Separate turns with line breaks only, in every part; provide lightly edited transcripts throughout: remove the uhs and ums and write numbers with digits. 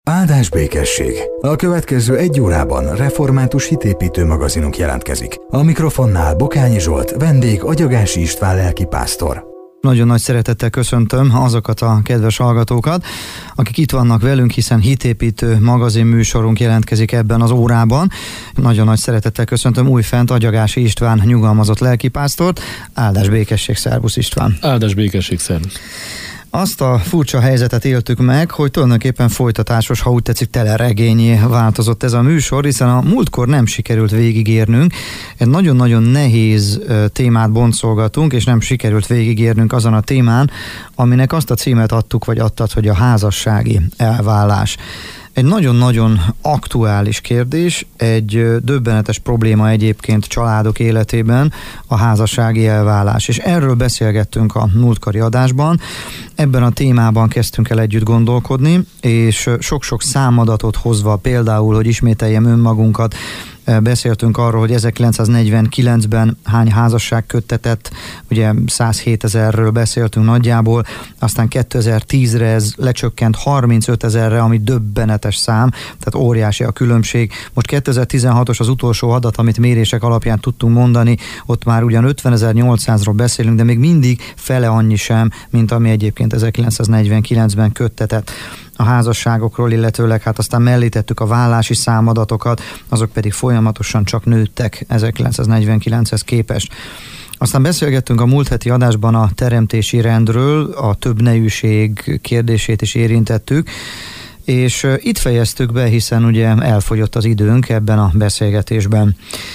Áldás békesség! A következő 1 órában református hitépítő magazinunk jelentkezik. A mikrofonnál Bokányi Zsolt, vendég Agyagási István lelkipásztor.
Nagyon nagy szeretettel köszöntöm azokat a kedves hallgatókat, akik itt vannak velünk, hiszen hitépítő magazin műsorunk jelentkezik ebben az órában. Nagyon nagy szeretettel köszöntöm újfent Agyagási István nyugalmazott lelkipásztort. Áldás békesség, szervusz István!
Áldás békesség, szervusz!
Azt a furcsa helyzetet éltük meg, hogy tulajdonképpen folytatásos, ha úgy tetszik, teleregényé változott ez a műsor, hiszen a múltkor nem sikerült végigérnünk. Egy nagyon-nagyon nehéz témát boncolgatunk, és nem sikerült végigérnünk azon a témán, aminek azt a címet adtuk, vagy adtad, hogy a házassági elválás. Egy nagyon-nagyon aktuális kérdés, egy döbbenetes probléma egyébként családok életében, a házassági elválás. És erről beszélgettünk a múltkori adásban. Ebben a témában kezdtünk el együtt gondolkodni, és sok-sok számadatot hozva, például, hogy ismételjem önmagunkat, beszéltünk arról, hogy 1949-ben hány házasság köttetett, ugye 107 000-ről beszéltünk nagyjából, aztán 2010-re ez lecsökkent 35 000-re, ami döbbenetes szám, tehát óriási a különbség. Most 2016-os az utolsó adat, amit mérések alapján tudtunk mondani, ott már ugyan 50 800-ról beszélünk, de még mindig fele annyi sem, mint ami egyébként 1949-ben köttetett a házasságokról, illetőleg hát aztán mellé tettük a vállási számadatokat, azok pedig folyamatosan csak nőttek 1949-hez képest. Aztán beszélgettünk a múlt heti adásban a teremtési rendről, a többnejűség kérdését is érintettük, és itt fejeztük be, hiszen ugye elfogyott az időnk ebben a beszélgetésben.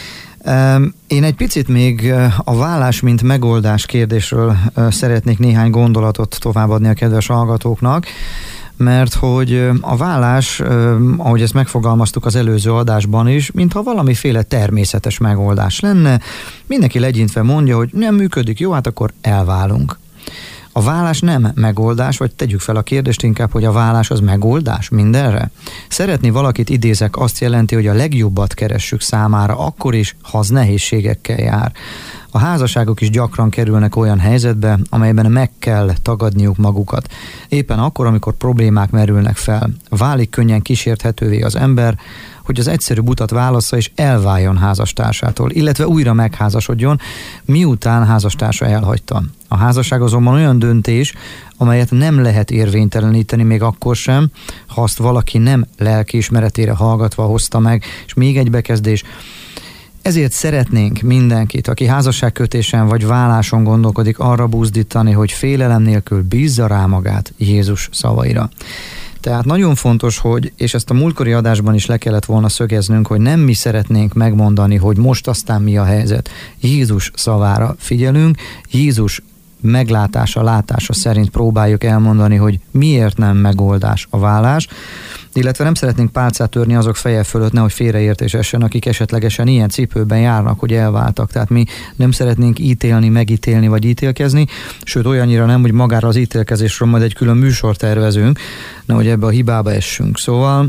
Én egy picit még a vállás mint megoldás kérdésről szeretnék néhány gondolatot továbbadni a kedves hallgatóknak, mert hogy a vállás, ahogy ezt megfogalmaztuk az előző adásban is, mintha valamiféle természetes megoldás lenne, mindenki legyintve mondja, hogy nem működik, jó, hát akkor elválunk. A vállás nem megoldás, vagy tegyük fel a kérdést inkább, hogy a vállás az megoldás mindenre? Szeretni valakit, idézek, azt jelenti, hogy a legjobbat keressük számára, akkor is, ha az nehézségekkel jár. A házasságok is gyakran kerülnek olyan helyzetbe, amelyben meg kell tagadniuk magukat. Éppen akkor, amikor problémák merülnek fel, válik könnyen kísérthetővé az ember, hogy az egyszerűbb utat válassza és elváljon házastársától, illetve újra megházasodjon, miután házastársa elhagyta. A házasság azonban olyan döntés, amelyet nem lehet érvényteleníteni még akkor sem, ha azt valaki nem lelkiismeretére hallgatva hozta meg. És még egy bekezdés. Ezért szeretnénk mindenkit, aki házasságkötésen vagy válláson gondolkodik, arra buzdítani, hogy félelem nélkül bízza rá magát Jézus szavaira. Tehát nagyon fontos, hogy, és ezt a múltkori adásban is le kellett volna szögeznünk, hogy nem mi szeretnénk megmondani, hogy most aztán mi a helyzet. Jézus szavára figyelünk, Jézus meglátása, látása szerint próbáljuk elmondani, hogy miért nem megoldás a vállás, illetve nem szeretnénk pálcát törni azok feje fölött, nehogy félreértés essen, akik esetlegesen ilyen cipőben járnak, hogy elváltak. Tehát mi nem szeretnénk ítélni, megítélni vagy ítélkezni, sőt olyannyira nem, hogy magára az ítélkezésről majd egy külön műsort tervezünk, nehogy ebbe a hibába essünk. Szóval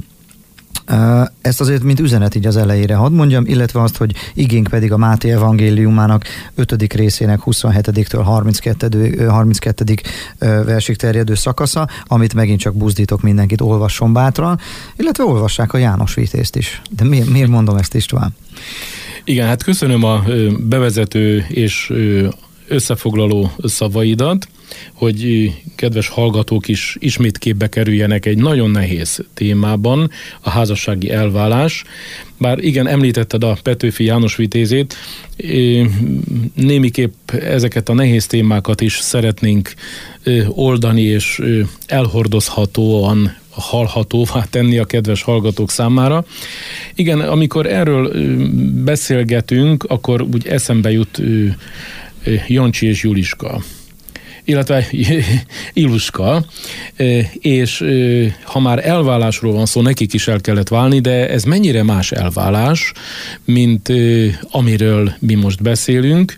ezt azért mint üzenet így az elejére hadd mondjam, illetve azt, hogy igénk pedig a Máté evangéliumának 5. részének 27-től 32. versig terjedő szakasza, amit megint csak buzdítok mindenkit, olvasson bátran, illetve olvassák a János Vitézt is. De miért mondom ezt, István?
Igen, hát köszönöm a bevezető és összefoglaló szavaidat, hogy kedves hallgatók is ismét képbe kerüljenek egy nagyon nehéz témában, a házassági elválás. Bár igen, említetted a Petőfi János Vitézét, némiképp ezeket a nehéz témákat is szeretnénk oldani és elhordozhatóan hallhatóvá tenni a kedves hallgatók számára. Igen, amikor erről beszélgetünk, akkor úgy eszembe jut Jancsi és Juliska, illetve Iluska, és ha már elválásról van szó, nekik is el kellett válni, de ez mennyire más elválás, mint amiről mi most beszélünk.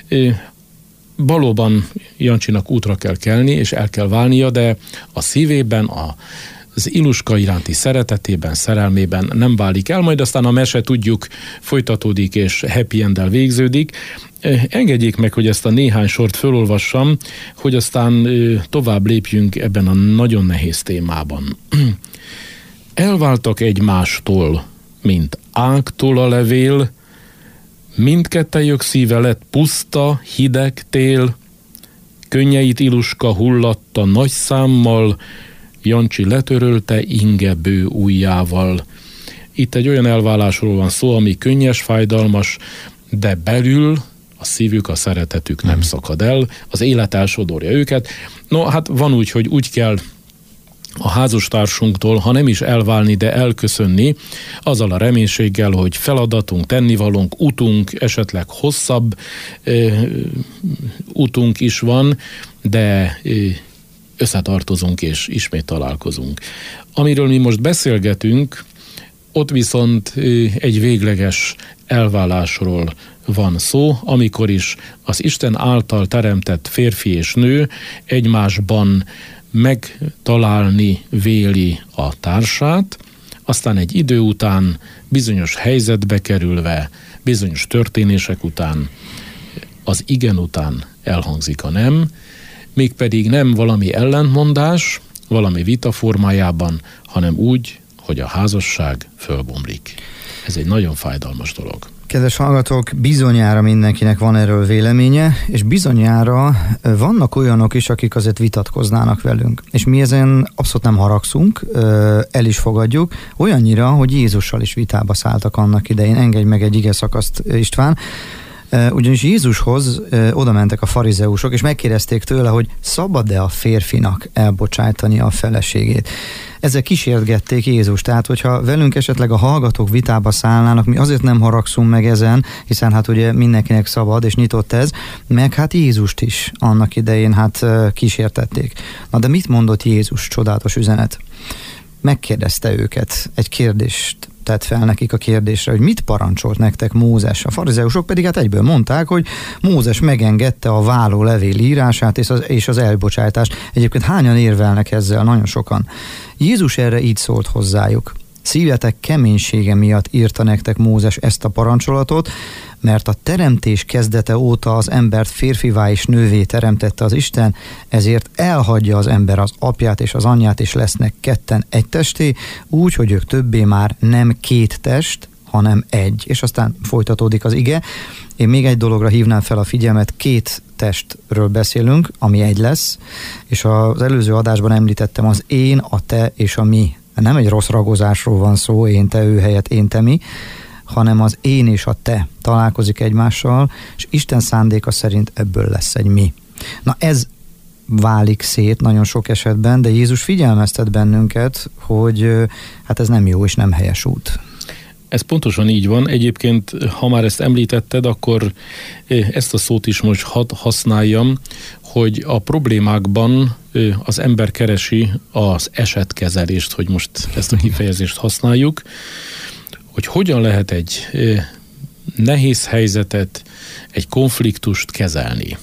Valóban Jancsinak útra kell kelni, és el kell válnia, de a szívében, az Iluska iránti szeretetében, szerelmében nem válik el, majd aztán a mese, tudjuk, folytatódik és happy end-el végződik. Engedjék meg, hogy ezt a néhány sort fölolvassam, hogy aztán tovább lépjünk ebben a nagyon nehéz témában. elváltak egymástól, mint ágtól a levél, mindkettejük szíve lett puszta, hideg tél, könnyeit Iluska hullatta nagy számmal, Jancsi letörölte ingebő ujjával. Itt egy olyan elválásról van szó, ami könnyes, fájdalmas, de belül a szívük, a szeretetük nem szakad el, az élet elsodorja őket. No, hát van úgy, hogy úgy kell a házastársunktól, ha nem is elválni, de elköszönni, azzal a reménységgel, hogy feladatunk, tennivalónk, utunk, esetleg hosszabb utunk is van, de összetartozunk és ismét találkozunk. Amiről mi most beszélgetünk, ott viszont egy végleges elválásról van szó, amikor is az Isten által teremtett férfi és nő egymásban megtalálni véli a társát, aztán egy idő után bizonyos helyzetbe kerülve, bizonyos történések után, az igen után elhangzik a nem, mégpedig nem valami ellentmondás, valami vita formájában, hanem úgy, hogy a házasság fölbomlik. Ez egy nagyon fájdalmas dolog.
Kedves hallgatók, bizonyára mindenkinek van erről véleménye, és bizonyára vannak olyanok is, akik azért vitatkoznának velünk. És mi ezen abszolút nem haragszunk, el is fogadjuk, olyannyira, hogy Jézussal is vitába szálltak annak idején. Engedj meg egy igeszakaszt, István. Ugyanis Jézushoz oda mentek a farizeusok, és megkérdezték tőle, hogy szabad-e a férfinak elbocsájtani a feleségét. Ezzel kísérgették Jézust, tehát hogyha velünk esetleg a hallgatók vitába szállnának, mi azért nem haragszunk meg ezen, hiszen hát ugye mindenkinek szabad és nyitott ez, meg hát Jézust is annak idején hát kísértették. Na de mit mondott Jézus? Csodálatos üzenet. Megkérdezte őket, egy kérdést tett fel nekik a kérdésre, hogy mit parancsolt nektek Mózes. A farizeusok pedig hát egyből mondták, hogy Mózes megengedte a váló levél írását és az elbocsájtást. Egyébként hányan érvelnek ezzel? Nagyon sokan. Jézus erre így szólt hozzájuk. Szívetek keménysége miatt írta nektek Mózes ezt a parancsolatot, mert a teremtés kezdete óta az embert férfivá és nővé teremtette az Isten, ezért elhagyja az ember az apját és az anyját, és lesznek ketten egy testé, úgy, hogy ők többé már nem két test, hanem egy. És aztán folytatódik az ige. Én még egy dologra hívnám fel a figyelmet, két testről beszélünk, ami egy lesz, és az előző adásban említettem az én, a te és a mi. Nem egy rossz ragozásról van szó, én, te, ő helyett én, te, mi, hanem az én és a te találkozik egymással, és Isten szándéka szerint ebből lesz egy mi. Na ez válik szét nagyon sok esetben, de Jézus figyelmeztet bennünket, hogy hát ez nem jó és nem helyes út.
Ez pontosan így van. Egyébként, ha már ezt említetted, akkor ezt a szót is most használjam, hogy a problémákban az ember keresi az esetkezelést, hogy most ezt a kifejezést használjuk, hogy hogyan lehet egy nehéz helyzetet, egy konfliktust kezelni.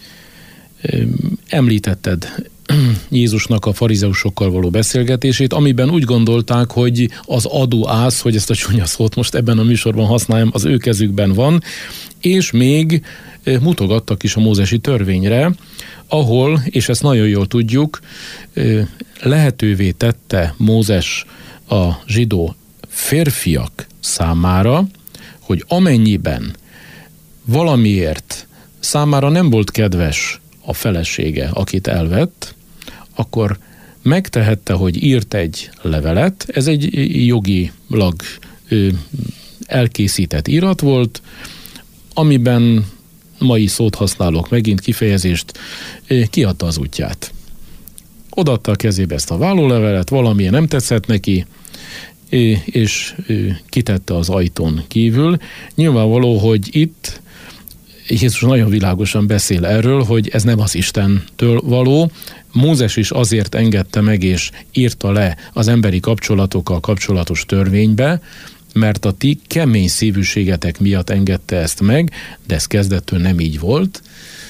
Említetted Jézusnak a farizeusokkal való beszélgetését, amiben úgy gondolták, hogy az adóász, hogy ezt a csúnya szót most ebben a műsorban használjam, az ő kezükben van, és még mutogattak is a mózesi törvényre, ahol, és ezt nagyon jól tudjuk, lehetővé tette Mózes a zsidó férfiak számára, hogy amennyiben valamiért számára nem volt kedves a felesége, akit elvett, akkor megtehette, hogy írt egy levelet, ez egy jogilag elkészített írat volt, amiben mai szót használok megint, kifejezést, kiadta az útját. Odaadta a kezébe ezt a vállólevelet, valamilyen nem tetszett neki, és kitette az ajtón kívül. Nyilvánvaló, hogy itt Jézus nagyon világosan beszél erről, hogy ez nem az Istentől való. Mózes is azért engedte meg és írta le az emberi kapcsolatokkal kapcsolatos törvénybe, mert a ti kemény szívűségetek miatt engedte ezt meg, de ez kezdettől nem így volt.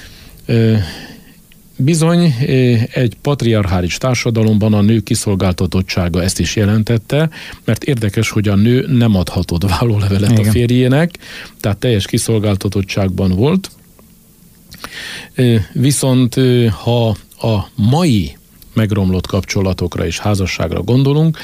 Bizony, egy patriarchális társadalomban a nő kiszolgáltatottsága ezt is jelentette, mert érdekes, hogy a nő nem adhatott vállólevelet a férjének, tehát teljes kiszolgáltatottságban volt. Viszont ha a mai megromlott kapcsolatokra és házasságra gondolunk,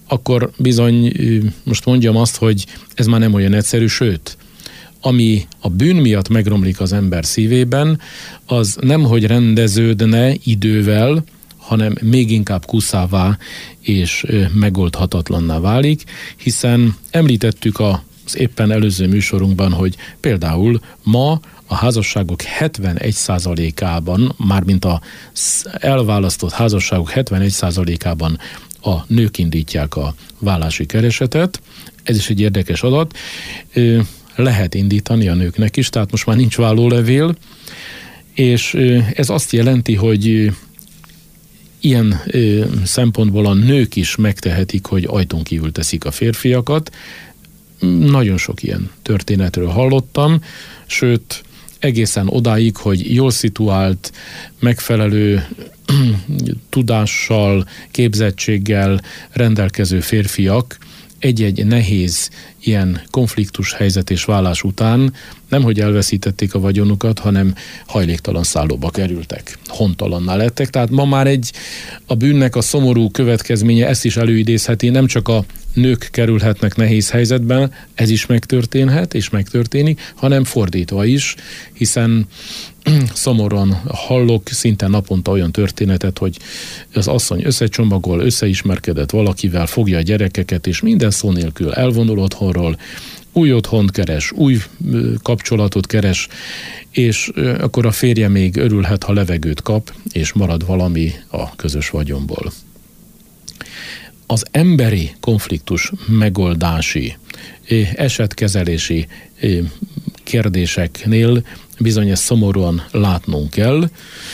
akkor bizony most mondjam azt, hogy ez már nem olyan egyszerű, sőt, ami a bűn miatt megromlik az ember szívében, az nemhogy rendeződne idővel, hanem még inkább kuszává és megoldhatatlanná válik, hiszen említettük az éppen előző műsorunkban, hogy például ma a házasságok 71%-ában, mármint az elválasztott házasságok 71%-ában a nők indítják a vállási keresetet. Ez is egy érdekes adat. Lehet indítani a nőknek is, tehát most már nincs vállólevél, és ez azt jelenti, hogy ilyen szempontból a nők is megtehetik, hogy ajtón kívül teszik a férfiakat. Nagyon sok ilyen történetről hallottam, sőt, egészen odáig, hogy jól szituált, megfelelő tudással, képzettséggel rendelkező férfiak egy-egy nehéz ilyen konfliktus helyzet és vállás után nemhogy elveszítették a vagyonukat, hanem hajléktalan szállóba kerültek, hontalanná lettek. Tehát ma már a bűnnek a szomorú következménye ezt is előidézheti, nem csak a nők kerülhetnek nehéz helyzetben, ez is megtörténhet és megtörténik, hanem fordítva is, hiszen szomorúan hallok szinte naponta olyan történetet, hogy az asszony összecsomagol, összeismerkedett valakivel, fogja a gyerekeket, és minden szó nélkül elvonul otthonról, új otthont keres, új kapcsolatot keres, és akkor a férje még örülhet, ha levegőt kap, és marad valami a közös vagyonból. Az emberi konfliktus megoldási, esetkezelési kérdéseknél bizony ezt szomorúan látnunk kell.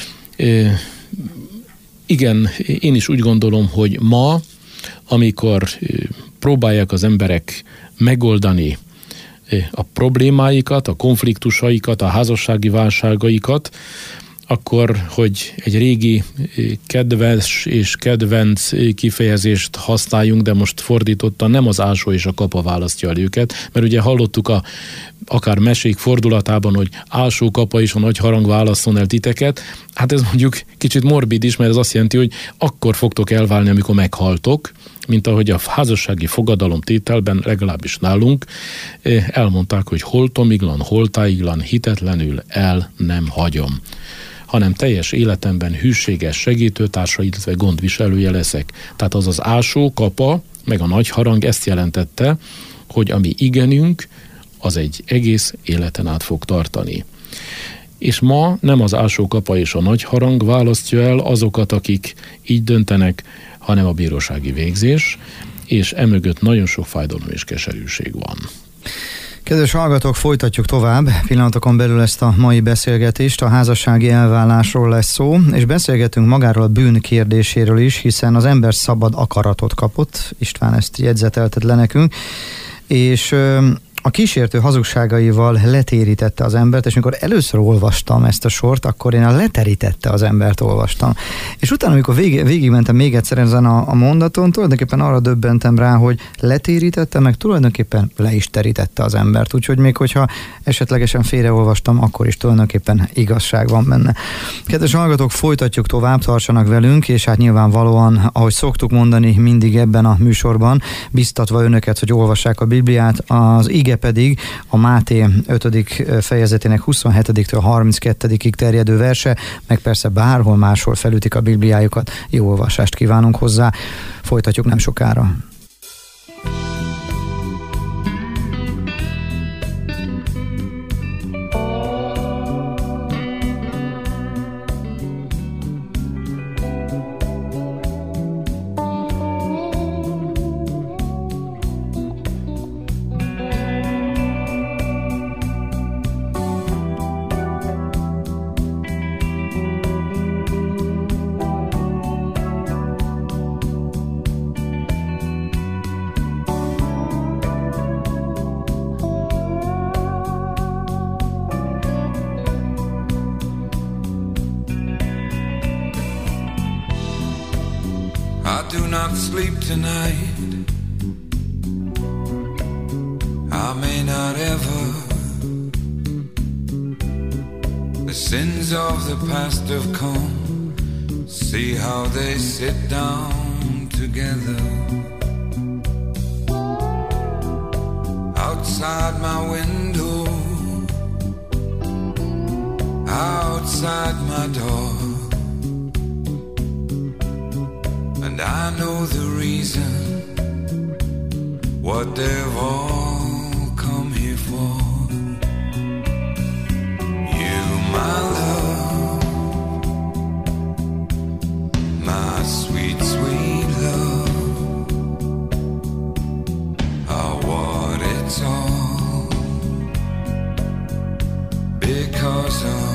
Igen, én is úgy gondolom, hogy ma, amikor próbálják az emberek megoldani a problémáikat, a konfliktusaikat, a házassági válságaikat, akkor, hogy egy régi kedves és kedvenc kifejezést használjunk, de most fordítottan nem az ásó és a kapa választja el őket, mert ugye hallottuk akár mesék fordulatában, hogy ásó, kapa és a nagy harang válasszon el titeket. Hát ez mondjuk kicsit morbid is, mert ez azt jelenti, hogy akkor fogtok elválni, amikor meghaltok, mint ahogy a házassági fogadalomtételben, legalábbis nálunk, elmondták, hogy holtomiglan, holtáiglan, hitetlenül el nem hagyom, hanem teljes életemben hűséges segítőtársa, illetve gondviselője leszek. Tehát az ásó, kapa, meg a nagy harang ezt jelentette, hogy ami igenünk, az egy egész életen át fog tartani. És ma nem az ásó, kapa és a nagy harang választja el azokat, akik így döntenek, hanem a bírósági végzés, és emögött nagyon sok fájdalom és keserűség van.
Kedves hallgatók, folytatjuk tovább pillanatokon belül ezt a mai beszélgetést. A házassági elválásról lesz szó, és beszélgetünk magáról a bűn kérdéséről is, hiszen az ember szabad akaratot kapott. István ezt jegyzetelted le nekünk, és a kísértő hazugságaival letérítette az embert, és amikor először olvastam ezt a sort, akkor én a leterítette az embert olvastam. És utána, amikor végigmentem még egyszer ezen a mondaton, tulajdonképpen arra döbbentem rá, hogy letérítette, meg tulajdonképpen le is terítette az embert. Úgyhogy még hogyha esetlegesen félreolvastam, akkor is tulajdonképpen igazság van benne. Kedves hallgatók, folytatjuk tovább, tartsanak velünk, és hát nyilvánvalóan, ahogy szoktuk mondani mindig ebben a műsorban, biztatva önöket, hogy olvassák a Bibliát, az ige pedig a Máté 5. fejezetének 27-től 32-ig terjedő verse, meg persze bárhol máshol felütik a Bibliájukat. Jó olvasást kívánunk hozzá. Folytatjuk nem sokára.
Sleep tonight. I may not ever. The sins of the past have come. See how they sit down together. outside my window, outside my door, and I know the reason, what they've all come here for. You, my love, my sweet, sweet love, are what it's all because of.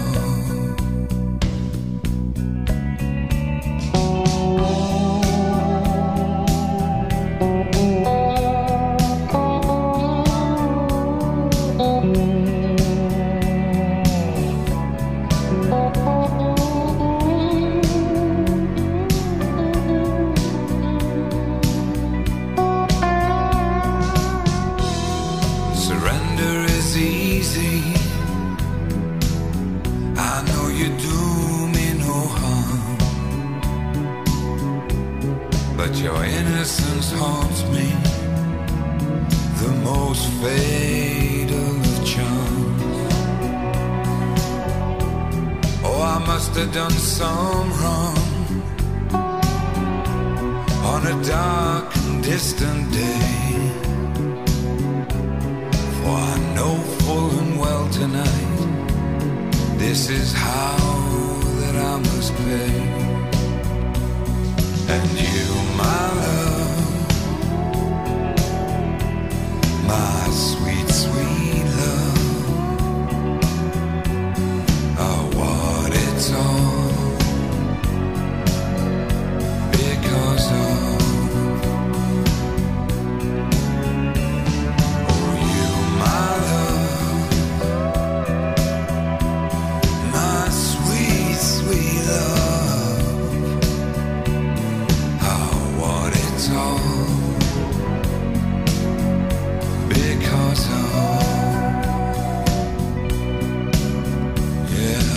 Your innocence haunts me, the most fatal of charms. Oh, I must have done some wrong on a dark and distant day, for I know full and well tonight, this is how that I must pay. And you, my love, my sweet, sweet love, are what it's all because of. Oh, you, my love, my sweet, sweet love, it's all because of, yeah.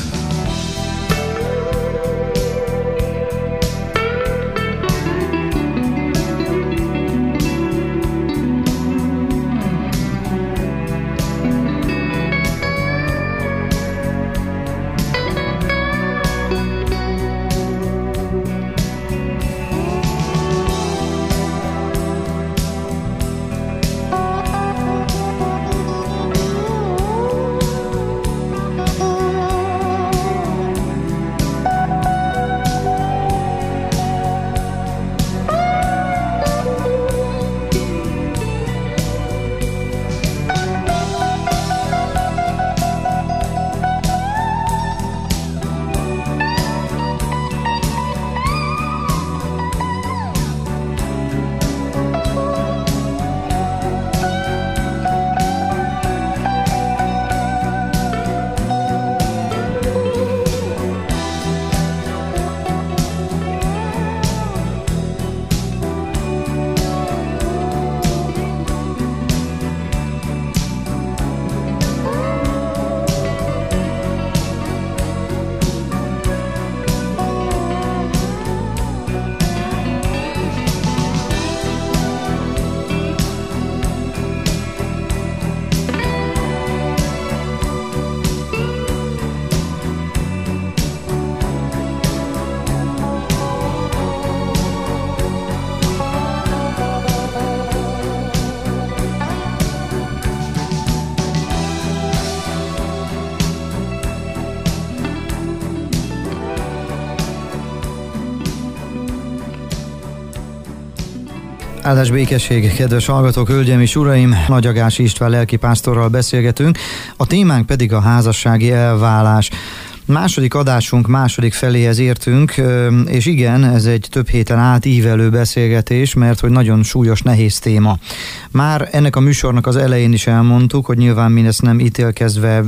Áldás békesség, kedves hallgatók, hölgyeim és uraim! Nagy Agási István lelkipásztorral beszélgetünk, a témánk pedig a házassági elválás. Második adásunk második feléhez értünk, és igen, ez egy több héten átívelő beszélgetés, mert hogy nagyon súlyos, nehéz téma. Már ennek a műsornak az elején is elmondtuk, hogy nyilván mindezt nem ítélkezve,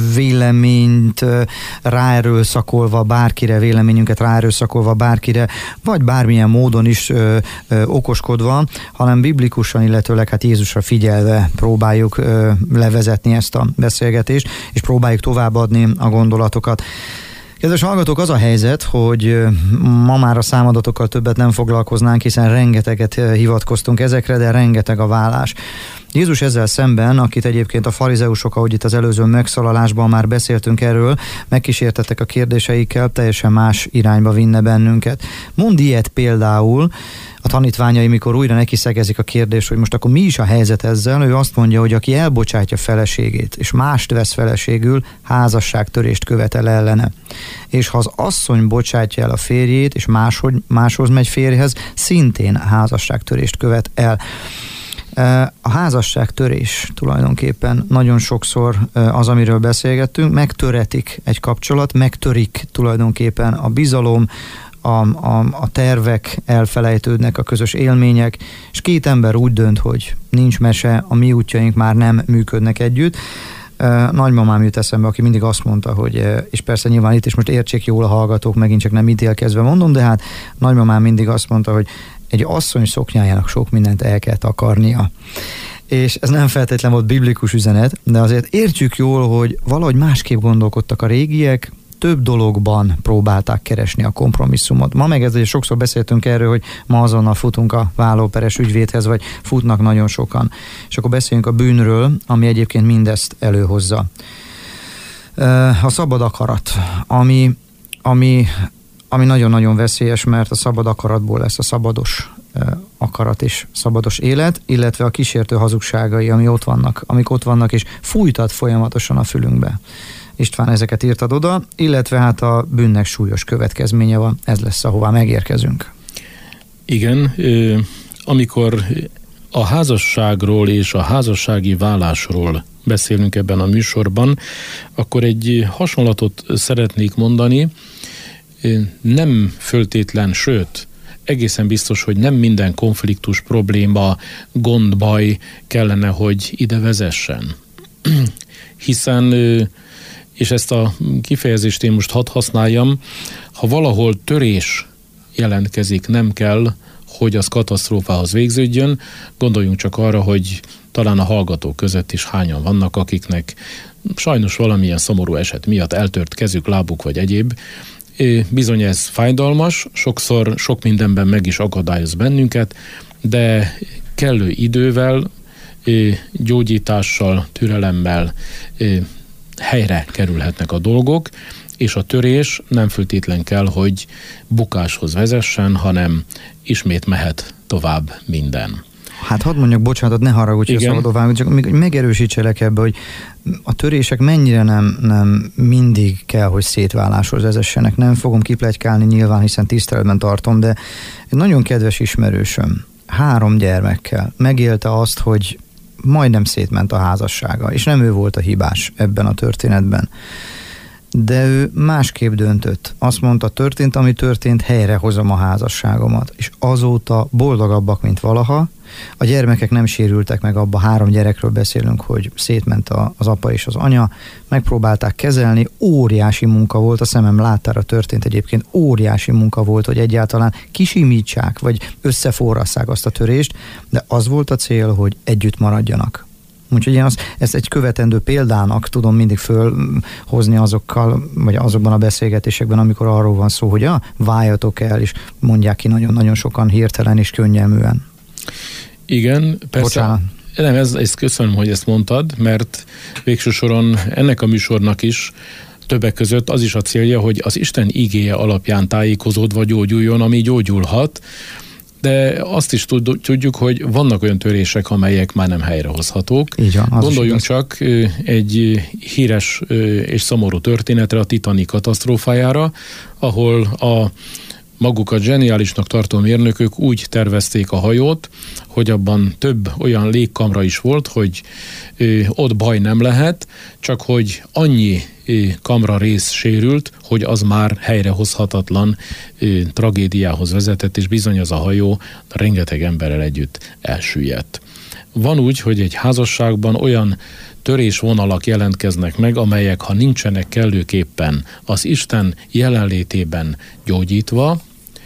véleményt ráerőszakolva bárkire, véleményünket ráerőszakolva bárkire, vagy bármilyen módon is okoskodva, hanem biblikusan, illetőleg hát Jézusra figyelve próbáljuk levezetni ezt a beszélgetést, és próbáljuk továbbadni a gondolatokat. Kedves hallgatók, az a helyzet, hogy ma már a számadatokkal többet nem foglalkoznánk, hiszen rengeteget hivatkoztunk ezekre, de rengeteg a válás. Jézus ezzel szemben, akit egyébként a farizeusok, ahogy itt az előző megszólalásban már beszéltünk erről, megkísértettek a kérdéseikkel, teljesen más irányba vinne bennünket. Mond ilyet például a tanítványai, mikor újra nekiszegezik a kérdést, hogy most akkor mi is a helyzet ezzel, ő azt mondja, hogy aki elbocsátja feleségét, és mást vesz feleségül, házasságtörést követel ellene. És ha az asszony bocsátja el a férjét, és máshoz megy férjhez, szintén házasságtörést követ el. A házasságtörés tulajdonképpen nagyon sokszor az, amiről beszélgettünk, megtöretik egy kapcsolat, megtörik tulajdonképpen a bizalom, a tervek elfelejtődnek, a közös élmények, és két ember úgy dönt, hogy nincs mese, a mi útjaink már nem működnek együtt. Nagymamám jut eszembe, aki mindig azt mondta, hogy, és persze nyilván itt is most értsék jól a hallgatók, megint csak nem ítélkezve mondom, de hát nagymamám mindig azt mondta, hogy egy asszony szoknyájának sok mindent el kell takarnia. És ez nem feltétlen volt biblikus üzenet, de azért értjük jól, hogy valahogy másképp gondolkodtak a régiek, több dologban próbálták keresni a kompromisszumot. Ma meg ezért sokszor beszéltünk erről, hogy ma azonnal futunk a vállóperes ügyvédhez, vagy futnak nagyon sokan. És akkor beszéljünk a bűnről, ami egyébként mindezt előhozza. A szabad akarat, ami nagyon-nagyon veszélyes, mert a szabad akaratból lesz a szabados akarat és szabados élet, illetve a kísértő hazugságai, amik ott vannak, és fújtat folyamatosan a fülünkbe. István ezeket írtad oda, illetve hát a bűnnek súlyos következménye van, ez lesz, ahová megérkezünk.
Igen, amikor a házasságról és a házassági válásról beszélünk ebben a műsorban, akkor egy hasonlatot szeretnék mondani, nem föltétlen, sőt, egészen biztos, hogy nem minden konfliktus, probléma, gond, baj kellene, hogy ide vezessen. Hiszen, és ezt a kifejezést én most hadd használjam, ha valahol törés jelentkezik, nem kell, hogy az katasztrófához végződjön. Gondoljunk csak arra, hogy talán a hallgatók között is hányan vannak, akiknek sajnos valamilyen szomorú eset miatt eltört kezük, lábuk vagy egyéb. Bizony ez fájdalmas, sokszor sok mindenben meg is akadályoz bennünket, de kellő idővel, gyógyítással, türelemmel helyre kerülhetnek a dolgok, és a törés nem feltétlen kell, hogy bukáshoz vezessen, hanem ismét mehet tovább minden.
Hát hadd mondjak, bocsánatot, ne haragudj, hogy szabadon vágod, csak még megerősítselek ebbe, hogy a törések mennyire nem mindig kell, hogy szétváláshoz vezessenek. Nem fogom kipletykálni nyilván, hiszen tiszteletben tartom, de egy nagyon kedves ismerősöm 3 gyermekkel megélte azt, hogy majdnem szétment a házassága, és nem ő volt a hibás ebben a történetben. De ő másképp döntött. Azt mondta, történt, ami történt, helyrehozom a házasságomat. És azóta boldogabbak, mint valaha. A gyermekek nem sérültek meg, abba 3 gyerekről beszélünk, hogy szétment az apa és az anya. Megpróbálták kezelni, óriási munka volt, a szemem láttára történt egyébként, óriási munka volt, hogy egyáltalán kisimítsák, vagy összeforrasszák azt a törést, de az volt a cél, hogy együtt maradjanak. Úgyhogy én ezt egy követendő példának tudom mindig fölhozni azokkal, vagy azokban a beszélgetésekben, amikor arról van szó, hogy váljatok el, és mondják ki nagyon-nagyon sokan hirtelen és könnyelműen.
Igen, persze.
Bocsánat.
Nem, ezt köszönöm, hogy ezt mondtad, mert végső soron ennek a műsornak is többek között az is a célja, hogy az Isten igéje alapján tájékozódva gyógyuljon, ami gyógyulhat, de azt is tudjuk, hogy vannak olyan törések, amelyek már nem helyrehozhatók. Gondoljunk csak egy híres és szomorú történetre, a Titanic katasztrófájára, ahol a magukat zseniálisnak tartó mérnökök úgy tervezték a hajót, hogy abban több olyan légkamra is volt, hogy ott baj nem lehet, csak hogy annyi kamra rész sérült, hogy az már helyrehozhatatlan tragédiához vezetett, és bizony az a hajó rengeteg emberrel együtt elsüllyedt. Van úgy, hogy egy házasságban olyan törésvonalak jelentkeznek meg, amelyek, ha nincsenek kellőképpen az Isten jelenlétében gyógyítva,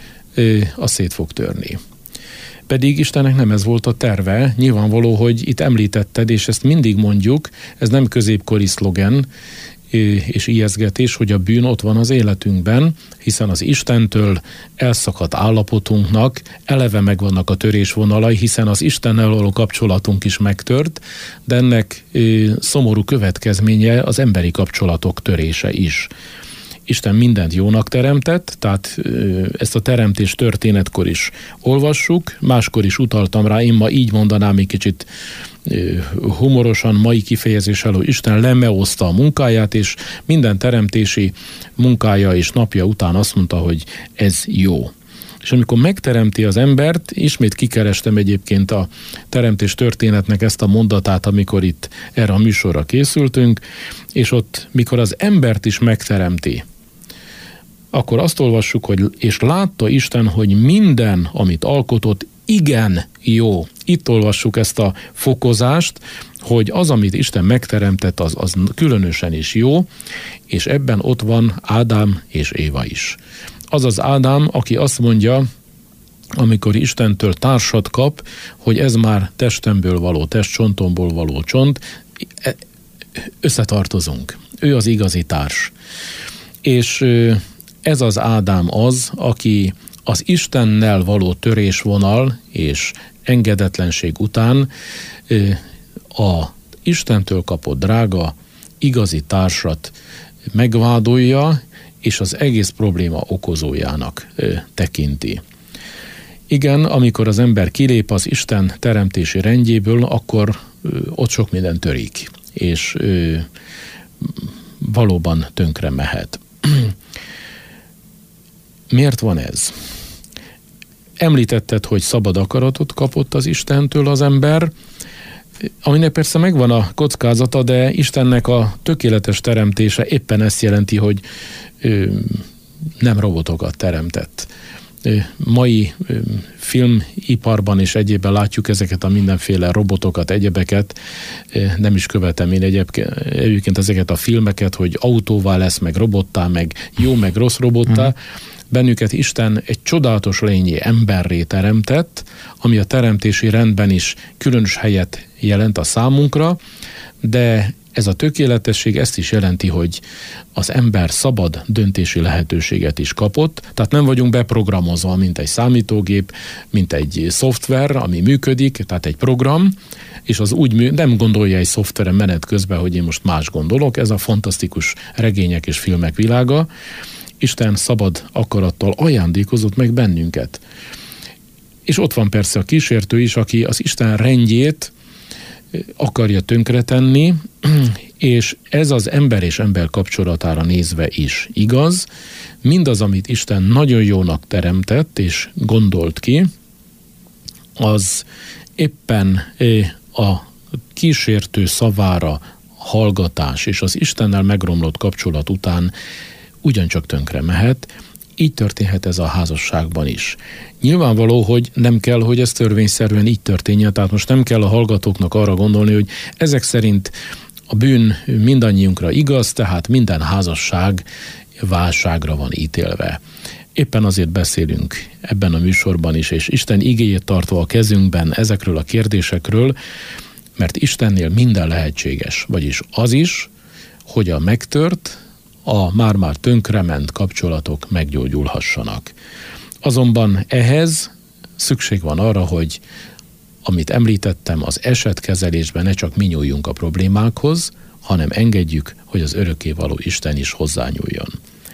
az szét fog törni. Pedig Istennek nem ez volt a terve. Nyilvánvaló, hogy itt említetted, és ezt mindig mondjuk, ez nem középkori szlogen, és ijesztgetés, hogy a bűn ott van az életünkben, hiszen az Istentől elszakadt állapotunknak eleve megvannak a törésvonalai, hiszen az Istennel való kapcsolatunk is megtört, de ennek szomorú következménye az emberi kapcsolatok törése is. Isten mindent jónak teremtett, tehát ezt a teremtés történetkor is olvassuk, máskor is utaltam rá, én ma így mondanám egy kicsit humorosan, mai kifejezéssel, hogy Isten lemeoszta a munkáját, és minden teremtési munkája és napja után azt mondta, hogy ez jó. És amikor megteremti az embert, ismét kikerestem egyébként a teremtés történetnek ezt a mondatát, amikor itt erre a műsorra készültünk, és ott, mikor az embert is megteremti, akkor azt olvassuk, hogy és látta Isten, hogy minden, amit alkotott, igen jó. Itt olvassuk ezt a fokozást, hogy az, amit Isten megteremtett, az különösen is jó, és ebben ott van Ádám és Éva is. Az az Ádám, aki azt mondja, amikor Istentől társat kap, hogy ez már testemből való test, csontomból való csont, összetartozunk. Ő az igazi társ. És ez az Ádám az, aki az Istennel való törésvonal és engedetlenség után a Istentől kapott drága, igazi társat megvádolja, és az egész probléma okozójának tekinti. Igen, amikor az ember kilép az Isten teremtési rendjéből, akkor ott sok minden törik, és valóban tönkre mehet. Miért van ez? Említetted, hogy szabad akaratot kapott az Istentől az ember, aminek persze megvan a kockázata, de Istennek a tökéletes teremtése éppen ezt jelenti, hogy nem robotokat teremtett. Mai filmiparban és egyébben látjuk ezeket a mindenféle robotokat, egyebeket, nem is követem én egyébként ezeket a filmeket, hogy autóvá lesz, meg robottá, meg jó, meg rossz robottá. Bennünket Isten egy csodálatos lényé, emberré teremtett, ami a teremtési rendben is különös helyet jelent a számunkra, de ez a tökéletesség ezt is jelenti, hogy az ember szabad döntési lehetőséget is kapott, tehát nem vagyunk beprogramozva, mint egy számítógép, mint egy szoftver, ami működik, tehát egy program, és az úgy nem gondolja egy szoftveren menet közben, hogy én most más gondolok, ez a fantasztikus regények és filmek világa. Isten szabad akarattal ajándékozott meg bennünket. És ott van persze a kísértő is, aki az Isten rendjét akarja tönkretenni, és ez az ember és ember kapcsolatára nézve is igaz. Mindaz, amit Isten nagyon jónak teremtett és gondolt ki, az éppen a kísértő szavára hallgatás és az Istennel megromlott kapcsolat után ugyancsak tönkre mehet. Így történhet ez a házasságban is. Nyilvánvaló, hogy nem kell, hogy ez törvényszerűen így történjen, tehát most nem kell a hallgatóknak arra gondolni, hogy ezek szerint a bűn mindannyiunkra igaz, tehát minden házasság válságra van ítélve. Éppen azért beszélünk ebben a műsorban is, és Isten igéjét tartva a kezünkben ezekről a kérdésekről, mert Istennél minden lehetséges, vagyis az is, hogy a megtört, a már-már tönkrement kapcsolatok meggyógyulhassanak. Azonban ehhez szükség van arra, hogy amit említettem, az esetkezelésben ne csak mi nyúljunk a problémákhoz, hanem engedjük, hogy az örökkévaló Isten is hozzányúljon.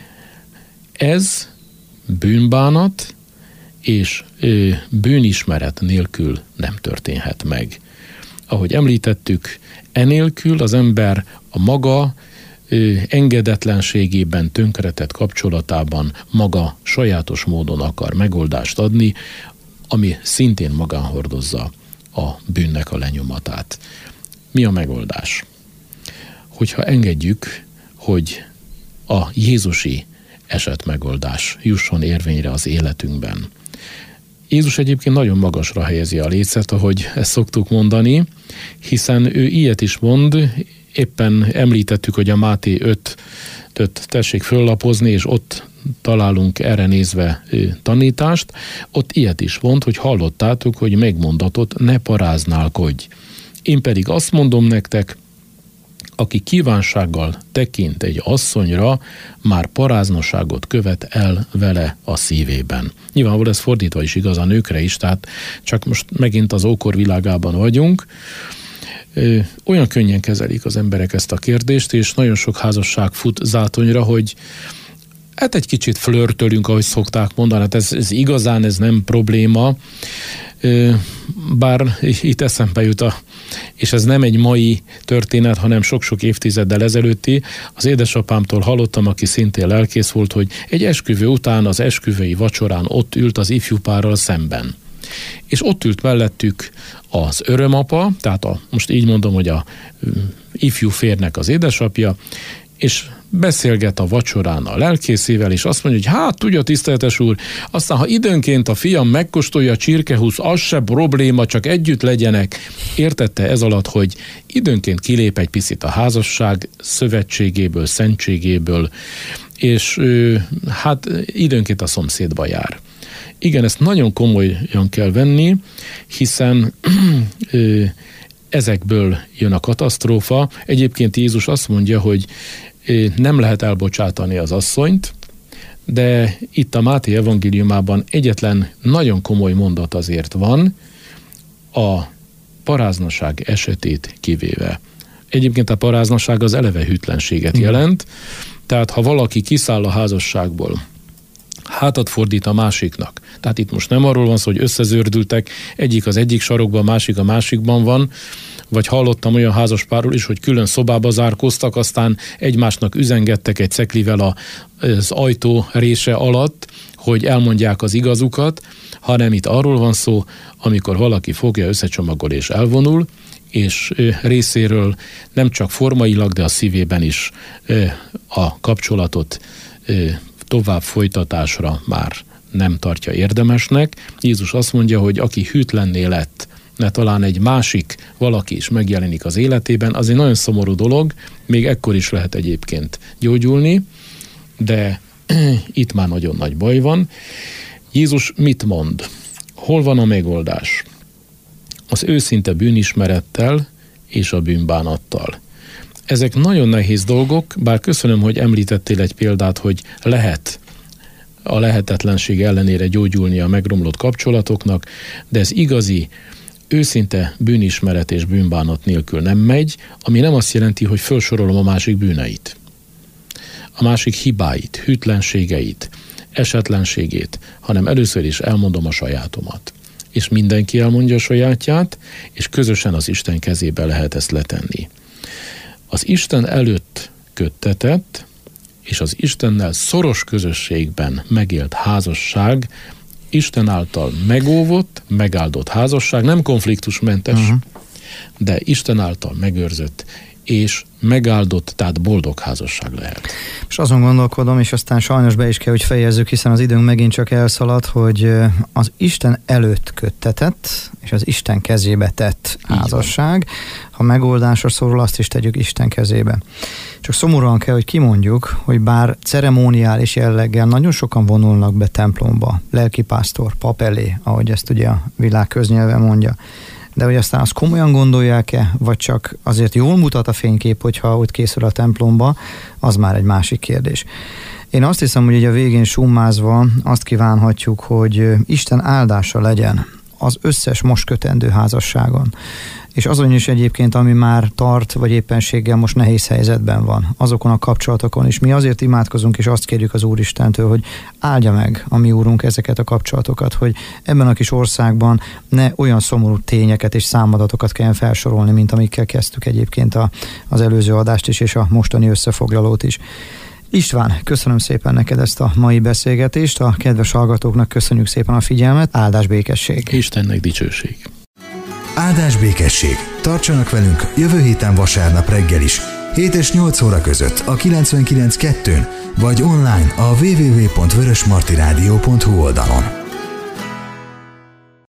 Ez bűnbánat és bűnismeret nélkül nem történhet meg. Ahogy említettük, enélkül az ember a maga engedetlenségében tönkretett kapcsolatában maga sajátos módon akar megoldást adni, ami szintén magán hordozza a bűnnek a lenyomatát. Mi a megoldás? Hogyha engedjük, hogy a jézusi esetmegoldás jusson érvényre az életünkben. Jézus egyébként nagyon magasra helyezi a lécet, ahogy ezt szoktuk mondani, hiszen ő ilyet is mond, éppen említettük, hogy a Máté 5-öt tessék föllapozni, és ott találunk erre nézve tanítást. Ott ilyet is mond, hogy hallottátok, hogy megmondatott, ne paráználkodj. Én pedig azt mondom nektek, aki kívánsággal tekint egy asszonyra, már paráznaságot követ el vele a szívében. Nyilvánvalóan ez fordítva is igaz a nőkre is, tehát csak most megint az ókor világában vagyunk. Olyan könnyen kezelik az emberek ezt a kérdést, és nagyon sok házasság fut zátonyra, hogy hát egy kicsit flörtölünk, ahogy szokták mondani, hát ez igazán, ez nem probléma. Bár itt eszembe jut, és ez nem egy mai történet, hanem sok-sok évtizeddel ezelőtti, az édesapámtól hallottam, aki szintén lelkész volt, hogy egy esküvő után az esküvői vacsorán ott ült az ifjú párral szemben. És ott ült mellettük az örömapa, tehát most így mondom, hogy a ifjú férnek az édesapja, és beszélget a vacsorán a lelkészével, és azt mondja, hogy hát tudja, tiszteletes úr, aztán ha időnként a fiam megkóstolja a csirkehúsz, az se probléma, csak együtt legyenek. Értette ez alatt, hogy időnként kilép egy picit a házasság szövetségéből, szentségéből, és hát időnként a szomszédba jár. Igen, ezt nagyon komolyan kell venni, hiszen ezekből jön a katasztrófa. Egyébként Jézus azt mondja, hogy nem lehet elbocsátani az asszonyt, de itt a Máté evangéliumában egyetlen nagyon komoly mondat azért van, a paráznaság esetét kivéve. Egyébként a paráznaság az eleve hűtlenséget jelent, tehát ha valaki kiszáll a házasságból, hátat fordít a másiknak. Tehát itt most nem arról van szó, hogy összezördültek, egyik az egyik sarokban, másik a másikban van, vagy hallottam olyan házaspárról is, hogy külön szobába zárkóztak, aztán egymásnak üzengettek egy ceklivel az ajtó része alatt, hogy elmondják az igazukat, hanem itt arról van szó, amikor valaki fogja, összecsomagol és elvonul, és részéről nem csak formailag, de a szívében is a kapcsolatot tovább folytatásra már nem tartja érdemesnek. Jézus azt mondja, hogy aki hűtlenné lett, ne talán egy másik valaki is megjelenik az életében, az egy nagyon szomorú dolog, még ekkor is lehet egyébként gyógyulni, de itt már nagyon nagy baj van. Jézus mit mond? Hol van a megoldás? Az őszinte bűnismerettel és a bűnbánattal. Ezek nagyon nehéz dolgok, bár köszönöm, hogy említettél egy példát, hogy lehet a lehetetlenség ellenére gyógyulni a megromlott kapcsolatoknak, de ez igazi, őszinte bűnismeret és bűnbánat nélkül nem megy, ami nem azt jelenti, hogy felsorolom a másik bűneit, a másik hibáit, hűtlenségeit, esetlenségét, hanem először is elmondom a sajátomat. És mindenki elmondja a sajátját, és közösen az Isten kezébe lehet ezt letenni. Az Isten előtt köttetett, és az Istennel szoros közösségben megélt házasság, Isten által megóvott, megáldott házasság, nem konfliktusmentes, de Isten által megőrzött és megáldott, tehát boldog házasság lehet.
És azon gondolkodom, és aztán sajnos be is kell, hogy fejezzük, hiszen az időnk megint csak elszaladt, hogy az Isten előtt köttetett, és az Isten kezébe tett házasság. Ha megoldásra szorul, azt is tegyük Isten kezébe. Csak szomorúan kell, hogy kimondjuk, hogy bár ceremoniális jelleggel nagyon sokan vonulnak be templomba, lelkipásztor, pap elé, ahogy ezt ugye a világ köznyelve mondja, de hogy aztán azt komolyan gondolják-e, vagy csak azért jól mutat a fénykép, hogyha ott készül a templomba, az már egy másik kérdés. Én azt hiszem, hogy így a végén summázva azt kívánhatjuk, hogy Isten áldása legyen az összes most kötendő házasságon. És azon is egyébként, ami már tart, vagy éppenséggel most nehéz helyzetben van, azokon a kapcsolatokon is. Mi azért imádkozunk, és azt kérjük az Úristentől, hogy áldja meg a mi Úrunk ezeket a kapcsolatokat, hogy ebben a kis országban ne olyan szomorú tényeket és számadatokat kelljen felsorolni, mint amikkel kezdtük egyébként az előző adást is, és a mostani összefoglalót is. István, köszönöm szépen neked ezt a mai beszélgetést, a kedves hallgatóknak köszönjük szépen a figyelmet, áldás békesség!
Istennek dicsőség!
Áldás békesség! Tartsanak velünk jövő héten vasárnap reggel is, 7 és 8 óra között a 99.2-n, vagy online a www.vörösmartyradio.hu oldalon.